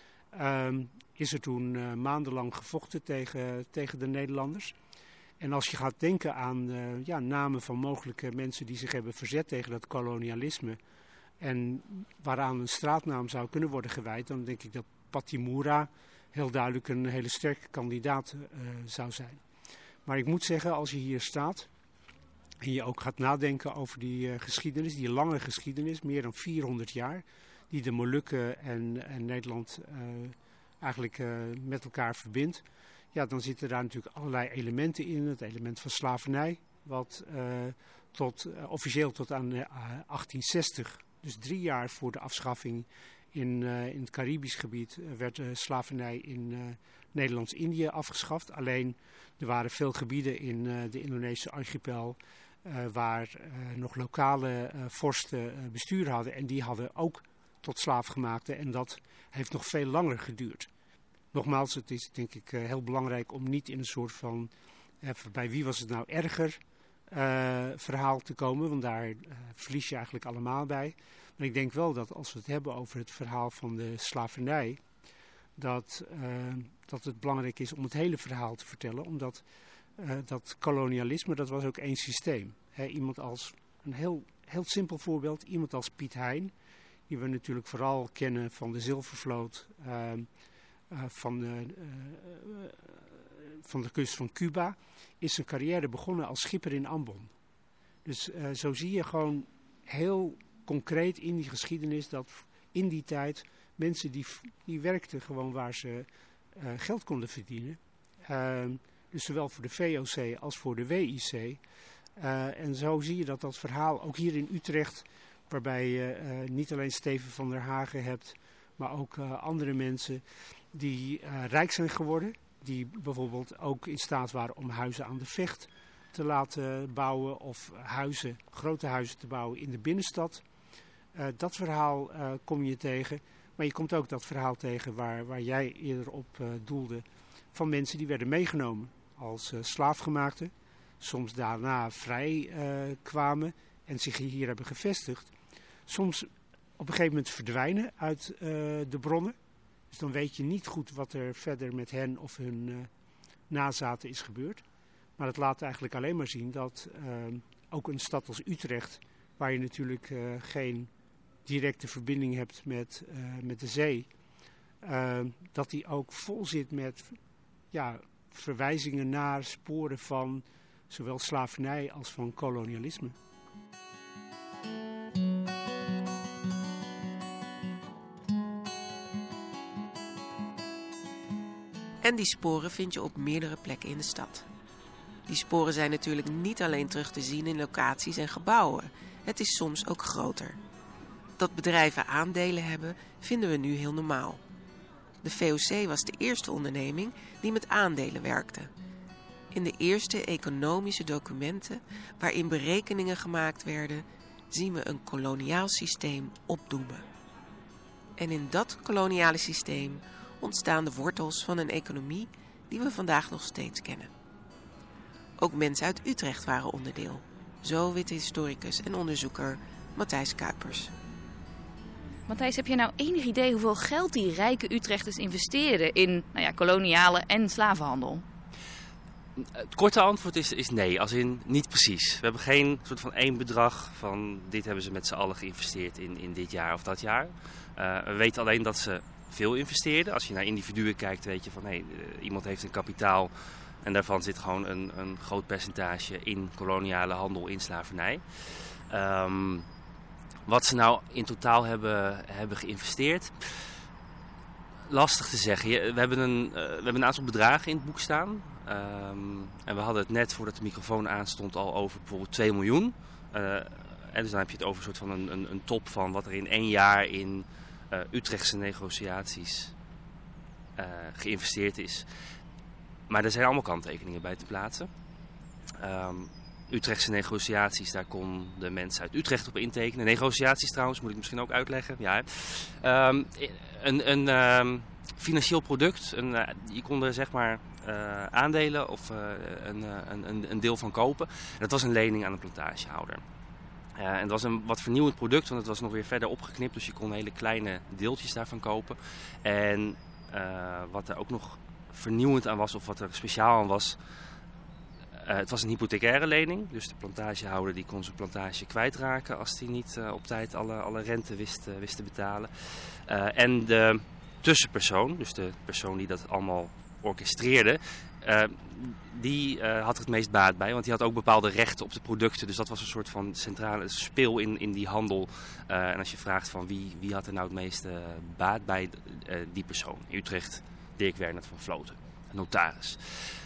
Um, is er toen uh, maandenlang gevochten tegen, tegen de Nederlanders. En als je gaat denken aan uh, ja, namen van mogelijke mensen die zich hebben verzet tegen dat kolonialisme en waaraan een straatnaam zou kunnen worden gewijd, dan denk ik dat Patimura heel duidelijk een hele sterke kandidaat uh, zou zijn. Maar ik moet zeggen, als je hier staat en je ook gaat nadenken over die uh, geschiedenis, die lange geschiedenis, meer dan vierhonderd jaar, die de Molukken en, en Nederland uh, eigenlijk uh, met elkaar verbindt. Ja, dan zitten daar natuurlijk allerlei elementen in. Het element van slavernij, wat uh, tot, uh, officieel tot aan uh, achttien zestig, dus drie jaar voor de afschaffing in, uh, in het Caribisch gebied, uh, werd de slavernij in uh, Nederlands-Indië afgeschaft. Alleen, er waren veel gebieden in uh, de Indonesische archipel uh, waar uh, nog lokale uh, vorsten uh, bestuur hadden. En die hadden ook tot slaafgemaakte en dat heeft nog veel langer geduurd. Nogmaals, het is denk ik uh, heel belangrijk om niet in een soort van, uh, bij wie was het nou erger, uh, verhaal te komen, want daar uh, verlies je eigenlijk allemaal bij. Maar ik denk wel dat als we het hebben over het verhaal van de slavernij, dat, uh, dat het belangrijk is om het hele verhaal te vertellen, omdat uh, dat kolonialisme, dat was ook één systeem. He, iemand als, een heel, heel simpel voorbeeld, iemand als Piet Hein, die we natuurlijk vooral kennen van de Zilvervloot, uh, uh, van, de, uh, uh, van de kust van Cuba, is zijn carrière begonnen als schipper in Ambon. Dus uh, zo zie je gewoon heel concreet in die geschiedenis dat in die tijd mensen die, die werkten gewoon waar ze uh, geld konden verdienen. Uh, dus zowel voor de V O C als voor de W I C. Uh, en zo zie je dat dat verhaal ook hier in Utrecht Waarbij je uh, niet alleen Steven van der Hagen hebt, maar ook uh, andere mensen die uh, rijk zijn geworden. Die bijvoorbeeld ook in staat waren om huizen aan de Vecht te laten bouwen of huizen, grote huizen te bouwen in de binnenstad. Uh, dat verhaal uh, kom je tegen. Maar je komt ook dat verhaal tegen waar, waar jij eerder op uh, doelde. Van mensen die werden meegenomen als uh, slaafgemaakten. Soms daarna vrij uh, kwamen en zich hier hebben gevestigd. Soms op een gegeven moment verdwijnen uit uh, de bronnen. Dus dan weet je niet goed wat er verder met hen of hun uh, nazaten is gebeurd. Maar het laat eigenlijk alleen maar zien dat uh, ook een stad als Utrecht, waar je natuurlijk uh, geen directe verbinding hebt met, uh, met de zee, uh, dat die ook vol zit met ja, verwijzingen naar sporen van zowel slavernij als van kolonialisme. En die sporen vind je op meerdere plekken in de stad. Die sporen zijn natuurlijk niet alleen terug te zien in locaties en gebouwen. Het is soms ook groter. Dat bedrijven aandelen hebben, vinden we nu heel normaal. De V O C was de eerste onderneming die met aandelen werkte. In de eerste economische documenten waarin berekeningen gemaakt werden, zien we een koloniaal systeem opdoemen. En in dat koloniale systeem ontstaan de wortels van een economie die we vandaag nog steeds kennen. Ook mensen uit Utrecht waren onderdeel. Zo weet de historicus en onderzoeker Matthijs Kuipers. Matthijs, heb je nou enig idee hoeveel geld die rijke Utrechters investeerden in nou ja, koloniale en slavenhandel? Het korte antwoord is, is nee, als in niet precies. We hebben geen soort van één bedrag van dit hebben ze met z'n allen geïnvesteerd in, in dit jaar of dat jaar. Uh, we weten alleen dat ze veel investeerden. Als je naar individuen kijkt, weet je van hé, hey, iemand heeft een kapitaal en daarvan zit gewoon een, een groot percentage in koloniale handel, in slavernij. Um, wat ze nou in totaal hebben, hebben geïnvesteerd, lastig te zeggen. We hebben een, uh, we hebben een aantal bedragen in het boek staan. Um, en we hadden het net voordat de microfoon aanstond al over bijvoorbeeld twee miljoen. Uh, en dus dan heb je het over een soort van een, een, een top van wat er in één jaar in uh, Utrechtse negotiaties uh, geïnvesteerd is. Maar er zijn allemaal kanttekeningen bij te plaatsen. Um, Utrechtse negotiaties, daar konden mensen uit Utrecht op intekenen. Negotiaties trouwens, moet ik misschien ook uitleggen. Ja, um, een een um, financieel product, een, uh, je kon er zeg maar uh, aandelen of uh, een, uh, een, een deel van kopen. En dat was een lening aan een plantagehouder. Uh, en het was een wat vernieuwend product, want het was nog weer verder opgeknipt. Dus je kon hele kleine deeltjes daarvan kopen. En uh, wat er ook nog vernieuwend aan was, of wat er speciaal aan was, Uh, het was een hypothecaire lening, dus de plantagehouder die kon zijn plantage kwijtraken als hij niet uh, op tijd alle, alle rente wist, uh, wist te betalen. Uh, en de tussenpersoon, dus de persoon die dat allemaal orchestreerde, uh, die uh, had er het meest baat bij, want die had ook bepaalde rechten op de producten. Dus dat was een soort van centrale speel in, in die handel. Uh, en als je vraagt van wie, wie had er nou het meeste baat bij, uh, die persoon. In Utrecht, Dirk Wernert van Vloten, notaris.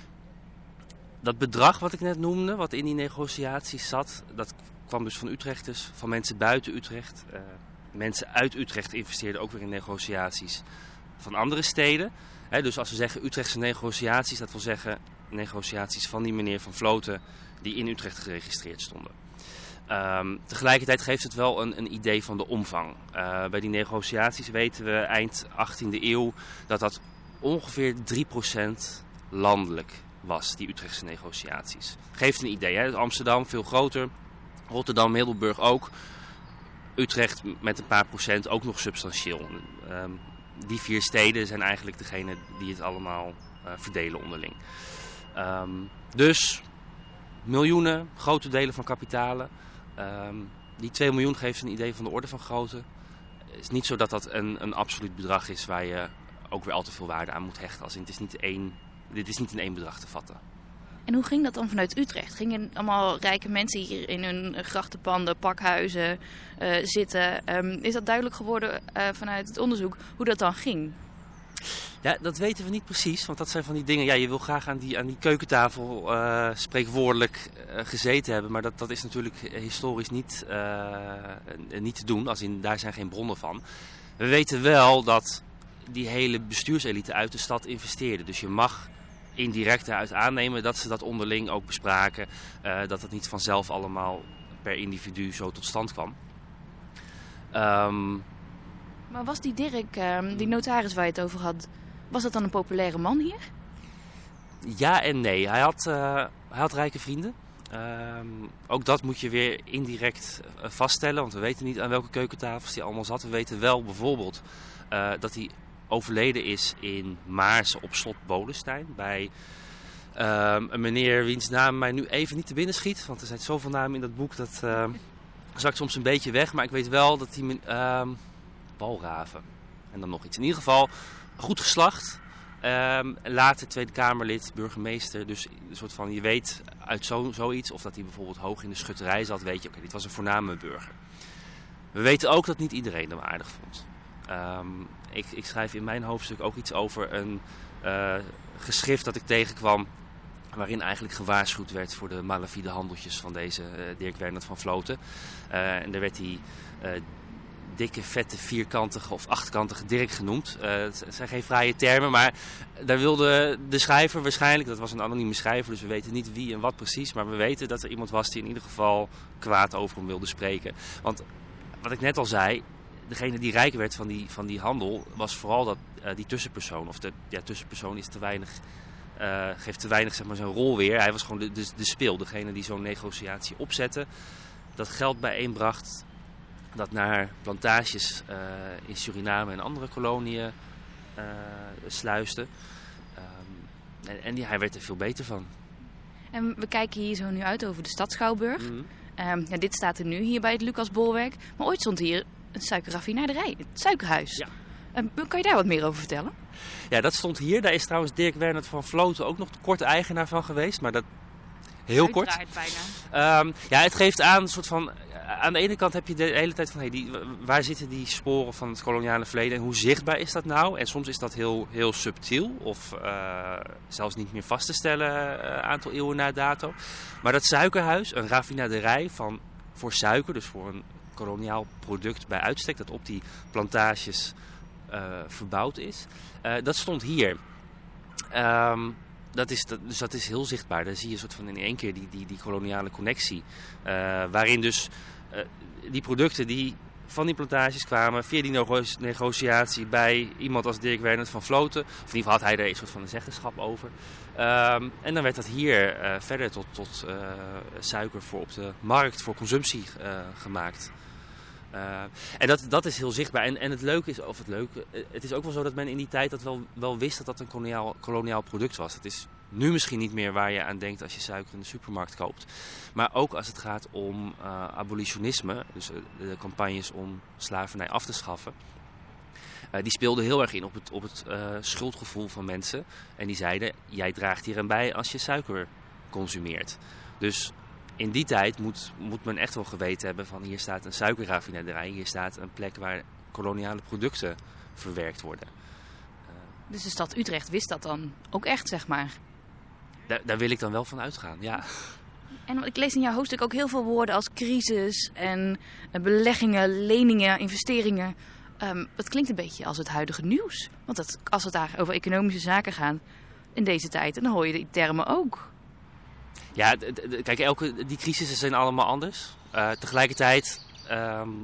Dat bedrag wat ik net noemde, wat in die negotiaties zat, dat kwam dus van Utrechters, van mensen buiten Utrecht. Uh, mensen uit Utrecht investeerden ook weer in negotiaties van andere steden. He, dus als we zeggen Utrechtse negotiaties, dat wil zeggen negotiaties van die meneer Van Vloten die in Utrecht geregistreerd stonden. Um, tegelijkertijd geeft het wel een, een idee van de omvang. Uh, bij die negotiaties weten we eind achttiende eeuw dat dat ongeveer drie procent landelijk was, die Utrechtse negotiaties. Geeft een idee, hè? Amsterdam veel groter, Rotterdam, Middelburg ook. Utrecht met een paar procent ook nog substantieel. Um, die vier steden zijn eigenlijk degene die het allemaal uh, verdelen onderling. Um, dus miljoenen, grote delen van kapitalen. Um, die twee miljoen geeft een idee van de orde van grootte. Het is niet zo dat dat een, een absoluut bedrag is waar je ook weer al te veel waarde aan moet hechten. Als in, het is niet één, dit is niet in één bedrag te vatten. En hoe ging dat dan vanuit Utrecht? Gingen allemaal rijke mensen hier in hun grachtenpanden, pakhuizen uh, zitten? Um, is dat duidelijk geworden uh, vanuit het onderzoek hoe dat dan ging? Ja, dat weten we niet precies, want dat zijn van die dingen... Ja, je wil graag aan die, aan die keukentafel uh, spreekwoordelijk uh, gezeten hebben, maar dat, dat is natuurlijk historisch niet, uh, niet te doen, als in daar zijn geen bronnen van. We weten wel dat die hele bestuurselite uit de stad investeerde, dus je mag indirect eruit aannemen dat ze dat onderling ook bespraken, uh, dat het niet vanzelf allemaal per individu zo tot stand kwam. Um, maar was die Dirk, uh, die notaris waar je het over had, was dat dan een populaire man hier? Ja en nee. Hij had, uh, hij had rijke vrienden. Um, ook dat moet je weer indirect uh, vaststellen, want we weten niet aan welke keukentafels hij allemaal zat. We weten wel bijvoorbeeld uh, dat hij overleden is in Maarsen op slot Bodenstein. Bij um, een meneer wiens naam mij nu even niet te binnen schiet. Want er zijn zoveel namen in dat boek, dat uh, zakt soms een beetje weg. Maar ik weet wel dat hij... Uh, Walraven. En dan nog iets. In ieder geval goed geslacht. Um, later Tweede Kamerlid, burgemeester. Dus een soort van, je weet uit zo, zoiets, of dat hij bijvoorbeeld hoog in de schutterij zat, weet je, oké, okay, dit was een voorname burger. We weten ook dat niet iedereen hem aardig vond. Um, ik, ik schrijf in mijn hoofdstuk ook iets over een uh, geschrift dat ik tegenkwam, waarin eigenlijk gewaarschuwd werd voor de malafide handeltjes van deze uh, Dirk Wernert van Vloten. Uh, en daar werd hij uh, dikke, vette, vierkantige of achtkantige Dirk genoemd. Uh, het zijn geen fraaie termen, maar daar wilde de schrijver waarschijnlijk, dat was een anonieme schrijver, dus we weten niet wie en wat precies, maar we weten dat er iemand was die in ieder geval kwaad over hem wilde spreken. Want wat ik net al zei, degene die rijk werd van die, van die handel, was vooral dat, uh, die tussenpersoon. Of de ja, tussenpersoon is te weinig, uh, geeft te weinig, zeg maar, zijn rol weer. Hij was gewoon de, de, de spil, degene die zo'n negociatie opzette. Dat geld bijeenbracht, dat naar plantages uh, in Suriname en andere koloniën uh, sluisde. Um, en en die, hij werd er veel beter van. En we kijken hier zo nu uit over de stad Schouwburg. Mm-hmm. Um, ja, dit staat er nu hier bij het Lucasbolwerk. Maar ooit stond hier een suikerraffinaderij, het suikerhuis. Ja. Um, kan je daar wat meer over vertellen? Ja, dat stond hier. Daar is trouwens Dirk Wernert van Vloten ook nog kort eigenaar van geweest. Maar dat heel kort. Bijna. Um, ja, het geeft aan een soort van... Aan de ene kant heb je de hele tijd van, hey, die, waar zitten die sporen van het koloniale verleden en hoe zichtbaar is dat nou? En soms is dat heel, heel subtiel of uh, zelfs niet meer vast te stellen een uh, aantal eeuwen na dato. Maar dat suikerhuis, een raffinaderij van, voor suiker, dus voor een koloniaal product bij uitstek, dat op die plantages uh, verbouwd is, uh, dat stond hier. Um, Dat is, dat, dus dat is heel zichtbaar. Daar zie je een soort van in één keer die, die, die koloniale connectie. Uh, waarin dus uh, die producten die van die plantages kwamen via die nego- negociatie bij iemand als Dirk Wernert van Vloten. Of in ieder geval had hij er een soort van een zeggenschap over. Um, en dan werd dat hier uh, verder tot, tot uh, suiker voor op de markt voor consumptie uh, gemaakt. Uh, en dat, dat is heel zichtbaar. En, en het leuke is, of het leuke, het is ook wel zo dat men in die tijd dat wel, wel wist dat dat een koloniaal, koloniaal product was. Het is nu misschien niet meer waar je aan denkt als je suiker in de supermarkt koopt. Maar ook als het gaat om uh, abolitionisme, dus uh, de campagnes om slavernij af te schaffen. Uh, die speelden heel erg in op het, op het uh, schuldgevoel van mensen. En die zeiden, jij draagt hier aan bij als je suiker consumeert. Dus in die tijd moet, moet men echt wel geweten hebben van hier staat een suikerraffinaderij, hier staat een plek waar koloniale producten verwerkt worden. Uh, dus de stad Utrecht wist dat dan ook echt, zeg maar? Daar, daar wil ik dan wel van uitgaan, ja. En ik lees in jouw hoofdstuk ook heel veel woorden als crisis en beleggingen, leningen, investeringen. Um, dat klinkt een beetje als het huidige nieuws. Want dat, als het daar over economische zaken gaat in deze tijd, dan hoor je die termen ook. Ja, d- d- kijk, elke, die crisissen zijn allemaal anders. Uh, tegelijkertijd um,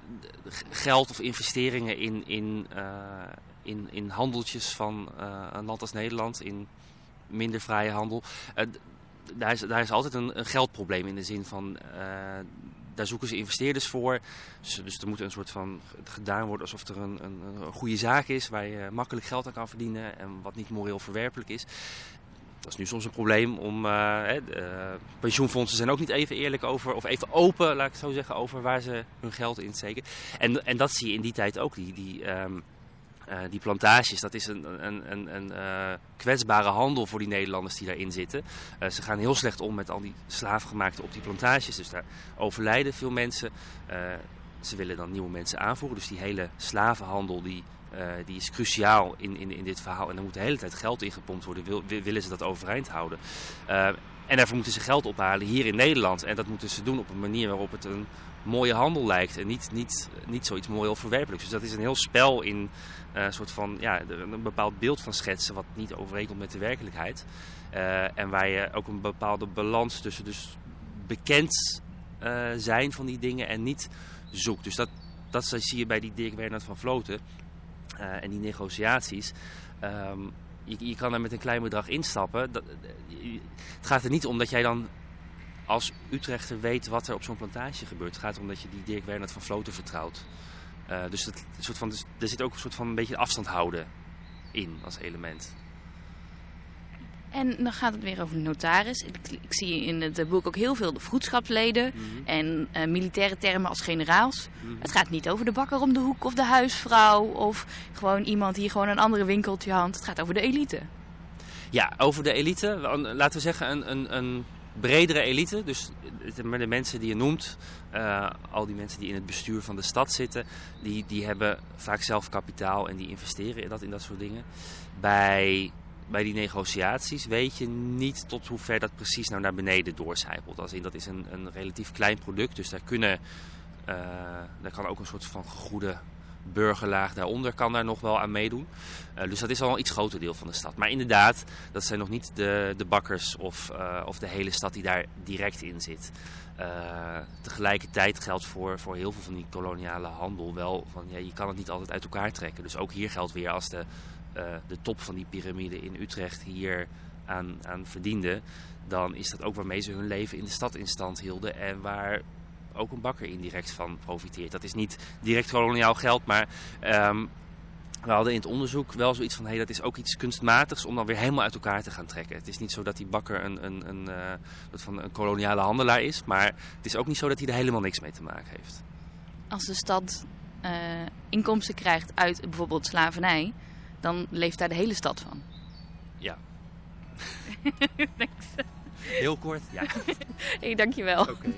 geld of investeringen in, in, uh, in, in handeltjes van uh, een land als Nederland, in minder vrije handel. Uh, d- daar, is, daar is altijd een, een geldprobleem in de zin van, uh, daar zoeken ze investeerders voor. Dus, dus er moet een soort van gedaan worden alsof er een, een, een goede zaak is waar je makkelijk geld aan kan verdienen en wat niet moreel verwerpelijk is. Dat is nu soms een probleem om... Uh, uh, pensioenfondsen zijn ook niet even eerlijk over, of even open, laat ik het zo zeggen, over waar ze hun geld in steken. En, en dat zie je in die tijd ook. Die, die, um, uh, die plantages, dat is een, een, een, een uh, kwetsbare handel voor die Nederlanders die daarin zitten. Uh, ze gaan heel slecht om met al die slaafgemaakten op die plantages. Dus daar overlijden veel mensen. Uh, ze willen dan nieuwe mensen aanvoeren. Dus die hele slavenhandel die uh, die is cruciaal in, in, in dit verhaal. En er moet de hele tijd geld ingepompt worden, wil, willen ze dat overeind houden. Uh, en daarvoor moeten ze geld ophalen hier in Nederland. En dat moeten ze doen op een manier waarop het een mooie handel lijkt. En niet, niet, niet zoiets mooi of verwerpelijks. Dus dat is een heel spel in een uh, soort van, ja, een bepaald beeld van schetsen wat niet overeenkomt met de werkelijkheid. Uh, en waar je ook een bepaalde balans tussen dus bekend uh, zijn van die dingen en niet zoekt. Dus dat, dat zie je bij die Dirk Wernert van Vloten uh, en die negociaties. Um, je, je kan er met een klein bedrag instappen. Dat, je, het gaat er niet om dat jij dan als Utrechter weet wat er op zo'n plantage gebeurt. Het gaat erom dat je die Dirk Wernert van Vloten vertrouwt. Uh, dus het, het soort van, dus, er zit ook een soort van een beetje afstand houden in als element. En dan gaat het weer over de notaris. Ik, ik zie in het boek ook heel veel de vroedschapsleden mm-hmm. en uh, militaire termen als generaals. Mm-hmm. Het gaat niet over de bakker om de hoek of de huisvrouw of gewoon iemand die gewoon een andere winkeltje hangt. Het gaat over de elite. Ja, over de elite. Laten we zeggen een, een, een bredere elite. Dus de mensen die je noemt, uh, al die mensen die in het bestuur van de stad zitten, die, die hebben vaak zelf kapitaal en die investeren in dat, in dat soort dingen. Bij... Bij die negociaties weet je niet tot hoe ver dat precies nou naar beneden doorcijpelt. Als in, dat is een, een relatief klein product, dus daar, kunnen, uh, daar kan ook een soort van gegoede burgerlaag daaronder kan daar nog wel aan meedoen. Uh, dus dat is al een iets groter deel van de stad. Maar inderdaad, dat zijn nog niet de, de bakkers of, uh, of de hele stad die daar direct in zit. Uh, tegelijkertijd geldt voor, voor heel veel van die koloniale handel wel van ja, je kan het niet altijd uit elkaar trekken. Dus ook hier geldt weer als de Uh, de top van die piramide in Utrecht hier aan, aan verdiende, dan is dat ook waarmee ze hun leven in de stad in stand hielden en waar ook een bakker indirect van profiteert. Dat is niet direct koloniaal geld, maar um, we hadden in het onderzoek wel zoiets van, hé, hey, dat is ook iets kunstmatigs om dan weer helemaal uit elkaar te gaan trekken. Het is niet zo dat die bakker een, een, een, uh, van een koloniale handelaar is, maar het is ook niet zo dat hij er helemaal niks mee te maken heeft. Als de stad uh, inkomsten krijgt uit bijvoorbeeld slavernij, dan leeft daar de hele stad van. Ja. Heel kort, ja. Hey, dankjewel. Okay.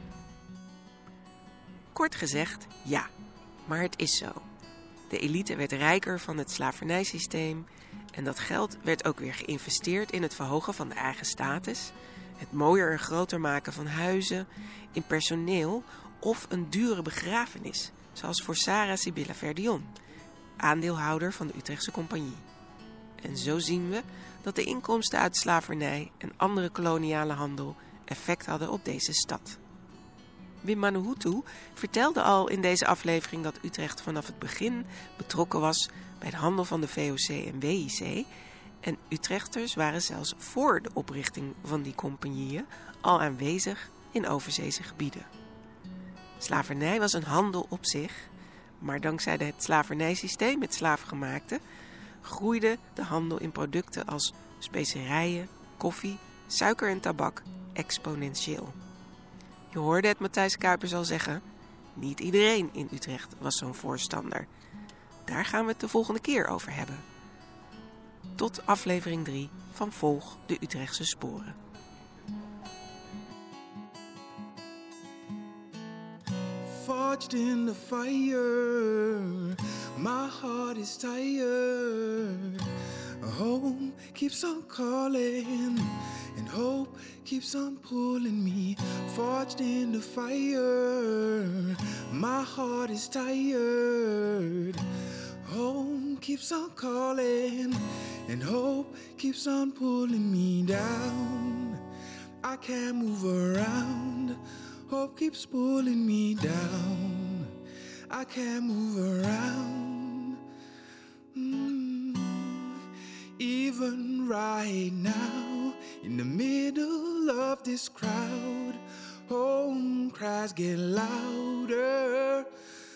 Kort gezegd, ja. Maar het is zo. De elite werd rijker van het slavernijsysteem en dat geld werd ook weer geïnvesteerd in het verhogen van de eigen status, het mooier en groter maken van huizen, in personeel of een dure begrafenis, zoals voor Sarah Sibylla Verdion, aandeelhouder van de Utrechtse Compagnie. En zo zien we dat de inkomsten uit slavernij en andere koloniale handel effect hadden op deze stad. Wim Manuhutu vertelde al in deze aflevering dat Utrecht vanaf het begin betrokken was bij de handel van de V O C en W I C. En Utrechters waren zelfs voor de oprichting van die compagnieën al aanwezig in overzeese gebieden. Slavernij was een handel op zich, maar dankzij het slavernijsysteem, het slaafgemaakte, groeide de handel in producten als specerijen, koffie, suiker en tabak exponentieel. Je hoorde het Matthijs Kuipers al zeggen, niet iedereen in Utrecht was zo'n voorstander. Daar gaan we het de volgende keer over hebben. Tot aflevering drie van Volg de Utrechtse Sporen. Forged in the fire, my heart is tired. Home keeps on calling, and hope keeps on pulling me. Forged in the fire, my heart is tired. Home keeps on calling, and hope keeps on pulling me down. I can't move around. Hope keeps pulling me down. I can't move around. Mm. Even right now, in the middle of this crowd, home cries get louder.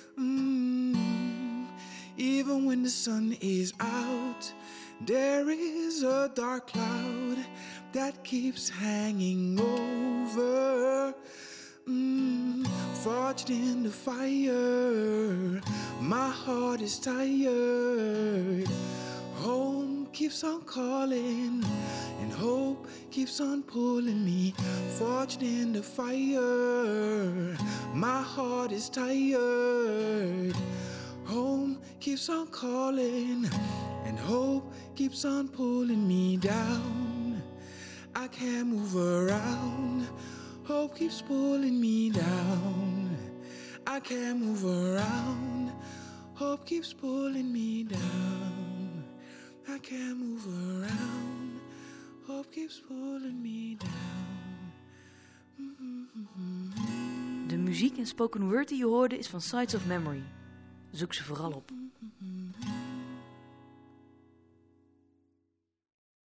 Mm. Even when the sun is out, there is a dark cloud that keeps hanging over. Mm, forged in the fire, my heart is tired. Home keeps on calling, and hope keeps on pulling me. Forged in the fire, my heart is tired. Home keeps on calling, and hope keeps on pulling me down. I can't move around, hope keeps pulling me down. I can't move around, hope keeps pulling me down. I can't move around, hope keeps pulling me down. Mm-hmm. De muziek en spoken word die je hoorde is van Sides of Memory. Zoek ze vooral op.